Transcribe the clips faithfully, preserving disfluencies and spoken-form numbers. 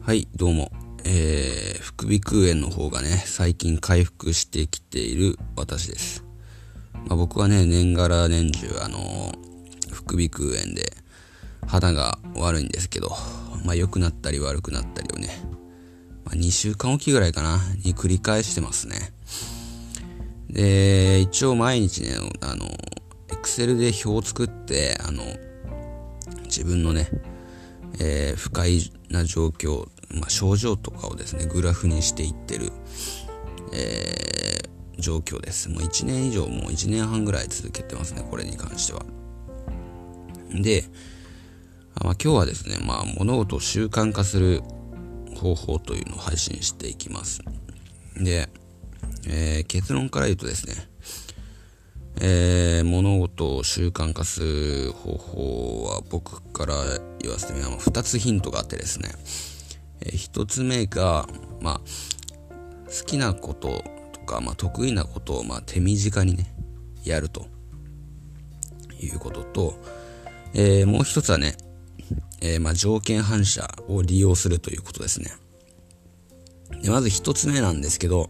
はい、どうも。えー、副鼻腔炎の方がね、最近回復してきている私です。まあ、僕はね、年がら年中、あのー、副鼻腔炎で肌が悪いんですけど、まあ、良くなったり悪くなったりをね、まあ、にしゅうかんおきぐらいかな、に繰り返してますね。で、一応毎日ね、あの、Excel で表を作って、あの、自分のね、えー、不快な状況、まあ、症状とかをですねグラフにしていってる、えー、状況です。もういちねん以上、もういちねんはんぐらい続けてますね、これに関しては。で、まあ、今日はですね、まあ、物事を習慣化する方法というのを配信していきます。で、えー、結論から言うとですね、えー、物事を習慣化する方法は僕から言わせてみればふたつヒントがあってですね、えー、ひとつめが、まあ、好きなこととか、まあ、得意なことを、まあ、手短にねやるということと、えー、もう一つはね、えーまあ、条件反射を利用するということですね。でまず一つ目なんですけど、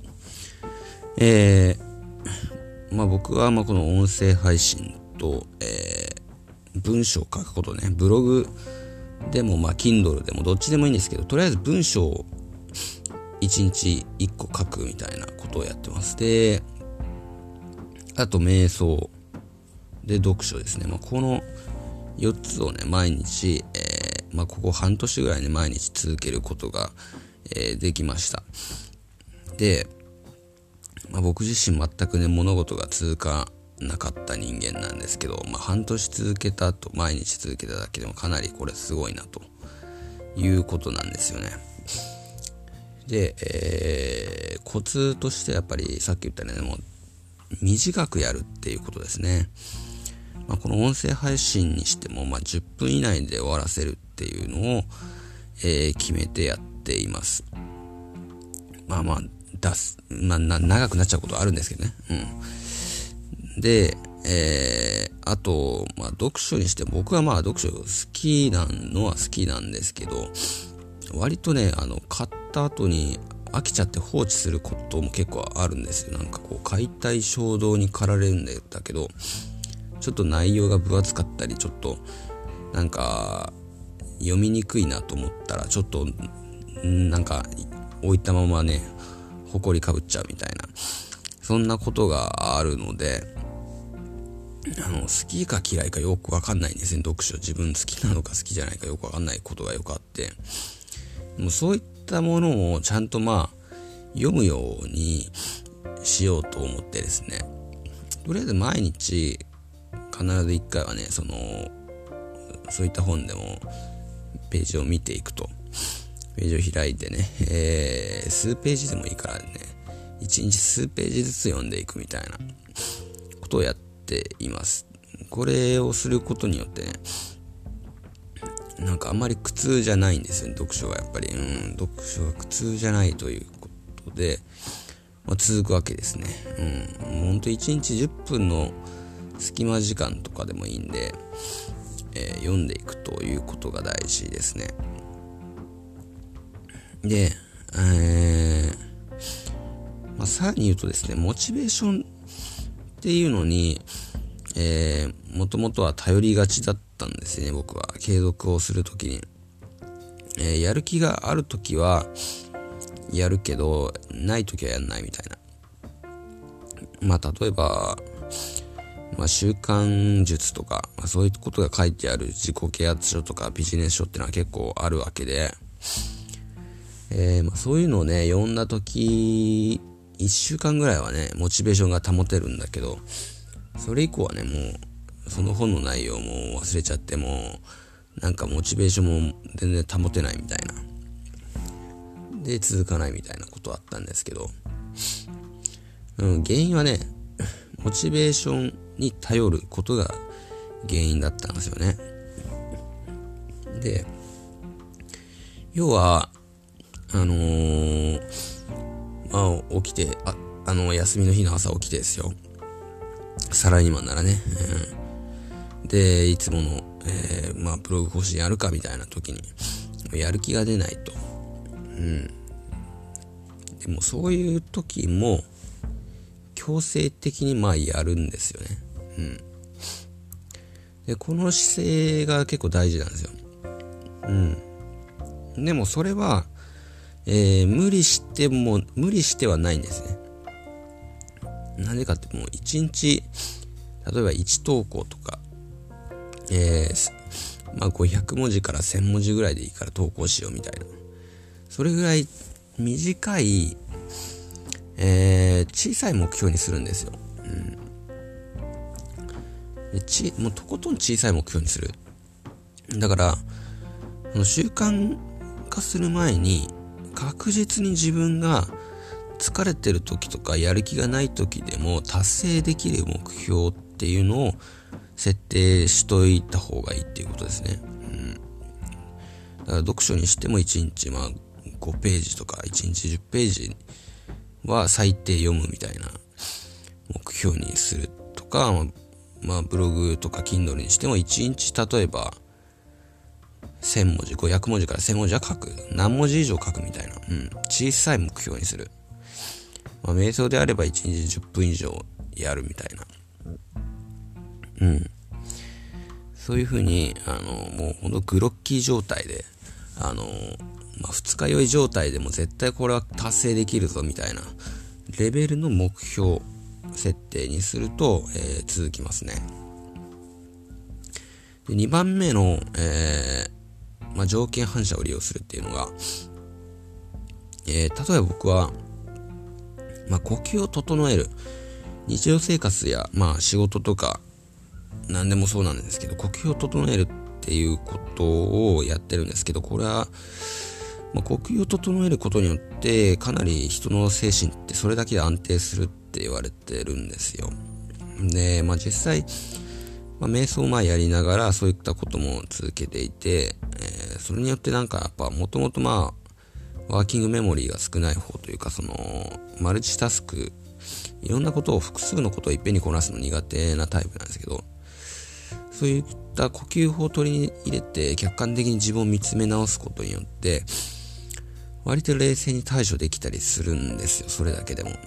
えーまあ僕はまあこの音声配信と、えー、文章を書くことね、ブログでもまあ Kindle でもどっちでもいいんですけど、とりあえず文章をいちにちいっこ書くみたいなことをやってます。で、あと瞑想で読書ですね。まあ、このよっつをね毎日、えー、まあここ半年ぐらいね毎日続けることが、えー、できました。で、まあ、僕自身全くね物事が続かなかった人間なんですけど、まあ、半年続けたと毎日続けただけでもかなりこれすごいなということなんですよね。で、えー、コツとしてやっぱりさっき言ったね、もう短くやるっていうことですね。まあ、この音声配信にしても、まあ、じゅっぷん以内で終わらせるっていうのを、えー、決めてやっています。まあまあ出す、まあ、な長くなっちゃうことはあるんですけどね。うん。で、えー、あと、まあ、読書にして僕はまあ読書好きなのは好きなんですけど、割とね、あの買った後に飽きちゃって放置することも結構あるんですよ。なんかこう解体衝動に駆られるんだけど、ちょっと内容が分厚かったり、ちょっとなんか読みにくいなと思ったらちょっとなんか置いたままね埃かぶっちゃうみたいな、そんなことがあるので、あの好きか嫌いかよくわかんないんですね。読書自分好きなのか好きじゃないかよくわかんないことがよくあって、もうそういったものをちゃんとまあ読むようにしようと思ってですね、とりあえず毎日必ずいっかいはね、そのそういった本でもページを見ていくと、ページを開いてね、えー、数ページでもいいからね、いちにち数ページずつ読んでいくみたいなことをやっています。これをすることによってね、なんかあんまり苦痛じゃないんですよね、読書がやっぱり。うん、読書が苦痛じゃないということで、まあ、続くわけですね。うん、ほんといちにちじゅっぷんの隙間時間とかでもいいんで、えー、読んでいくということが大事ですね。で、えーまあ、さらに言うとですね、モチベーションっていうのに、えー、もともとは頼りがちだったんですね、僕は。継続をするときに、えー、やる気があるときはやるけど、ないときはやんないみたいな。まあ、例えば、まあ、習慣術とか、まあ、そういうことが書いてある自己啓発書とかビジネス書っていうのは結構あるわけで、えーまあ、そういうのをね読んだときいっしゅうかんぐらいはねモチベーションが保てるんだけど、それ以降はねもうその本の内容も忘れちゃって、もうなんかモチベーションも全然保てないみたいなで続かないみたいなことあったんですけど、うん、原因はねモチベーションに頼ることが原因だったんですよね。で、要はあのー、まあ起きて、あ、あの休みの日の朝起きてですよ、サラリーマンならね、うん、でいつもの、えー、まあブログ更新やるかみたいな時にやる気が出ないと。うん。でもそういう時も強制的にまあやるんですよね。うん。で、この姿勢が結構大事なんですよ。うん。でもそれは、えー、無理しても、無理してはないんですね。なんでかってもう一日、例えばいち投稿とか、えー、まあごひゃくもじからせんもじぐらいでいいから投稿しようみたいな。それぐらい短い、えー、小さい目標にするんですよ。うん。でちもうとことん小さい目標にする。だから、その習慣化する前に確実に自分が疲れてる時とかやる気がない時でも達成できる目標っていうのを設定しといた方がいいっていうことですね。うん。だから読書にしてもいちにちまあごページとかいちにちじゅっページは最低読むみたいな目標にするとか、まあブログとか Kindle にしてもいちにち例えばせんもじ、ごひゃくもじからせんもじは書く。何文字以上書くみたいな。うん。小さい目標にする。まあ、瞑想であればいちにちじゅっぷん以上やるみたいな。うん。そういう風に、あの、もうほんとグロッキー状態で、あの、まあ、二日酔い状態でも絶対これは達成できるぞみたいなレベルの目標設定にすると、えー、続きますね。で、にばんめの、えー、まあ、条件反射を利用するっていうのが、えー、例えば僕は、まあ、呼吸を整える。日常生活や、まあ、仕事とか、何でもそうなんですけど、呼吸を整えるっていうことをやってるんですけど、これは、まあ、呼吸を整えることによって、かなり人の精神ってそれだけで安定するって言われてるんですよ。で、まあ、実際、まあ、瞑想をまあやりながらそういったことも続けていて、えー、それによってなんかやっぱもともとまあワーキングメモリーが少ない方というか、そのマルチタスク、いろんなことを複数のことをいっぺんにこなすの苦手なタイプなんですけど、そういった呼吸法を取り入れて客観的に自分を見つめ直すことによって割と冷静に対処できたりするんですよ。それだけでも、うん、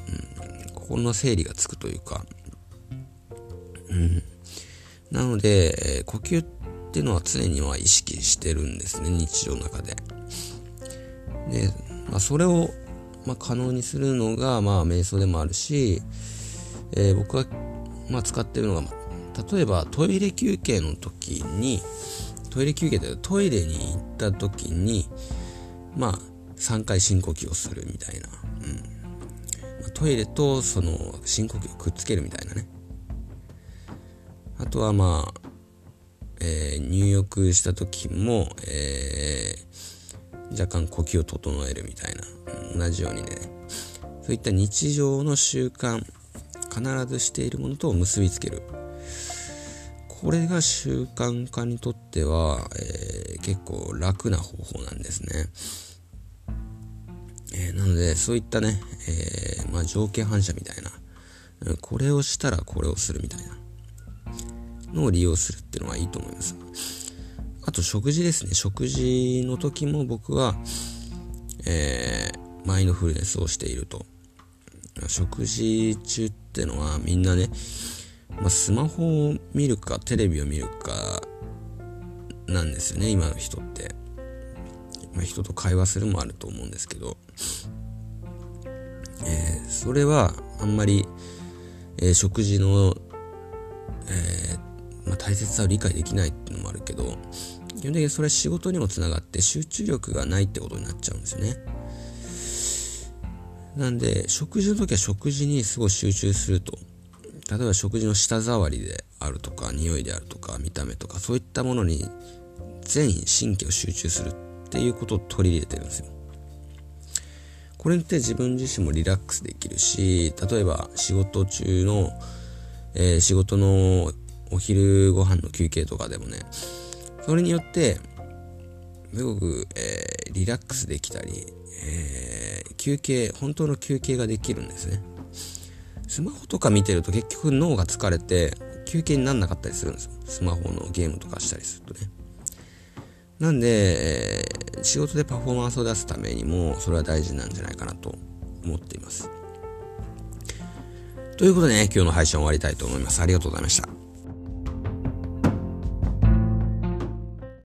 心の整理がつくというか、うんなので、えー、呼吸っていうのは常には意識してるんですね、日常の中で。で、まあ、それを、まあ、可能にするのが、まあ、瞑想でもあるし、えー、僕が、まあ、使ってるのが、例えばトイレ休憩の時に、トイレ休憩でトイレに行った時に、まあ、さんかい深呼吸をするみたいな。うんまあ、トイレとその深呼吸をくっつけるみたいなね。あとはまあ、えー、入浴した時も、えー、若干呼吸を整えるみたいな、同じようにね、そういった日常の習慣、必ずしているものと結びつける。これが習慣化にとっては、えー、結構楽な方法なんですね。えー、なのでそういったね、えー、まあ条件反射みたいな、これをしたらこれをするみたいなのを利用するっていうのはいいと思います。あと食事ですね。食事の時も僕は、えー、マインドフルネスをしていると。食事中ってのはみんなね、まあ、スマホを見るかテレビを見るかなんですよね、今の人って。まあ、人と会話するもあると思うんですけど、えー、それはあんまり、えー、食事の、えーまあ、大切さを理解できないっていうのもあるけど、基本的にそれは仕事にもつながって集中力がないってことになっちゃうんですよね。なんで食事の時は食事にすごい集中すると、例えば食事の舌触りであるとか匂いであるとか見た目とかそういったものに全神経を集中するっていうことを取り入れてるんですよ。これって自分自身もリラックスできるし、例えば仕事中の、えー、仕事のお昼ご飯の休憩とかでもね、それによってすごく、えー、リラックスできたり、えー、休憩本当の休憩ができるんですね。スマホとか見てると結局脳が疲れて休憩にならなかったりするんですよ。スマホのゲームとかしたりするとね。 なんで、えー、仕事でパフォーマンスを出すためにもそれは大事なんじゃないかなと思っています。ということでね、今日の配信終わりたいと思います。ありがとうございました。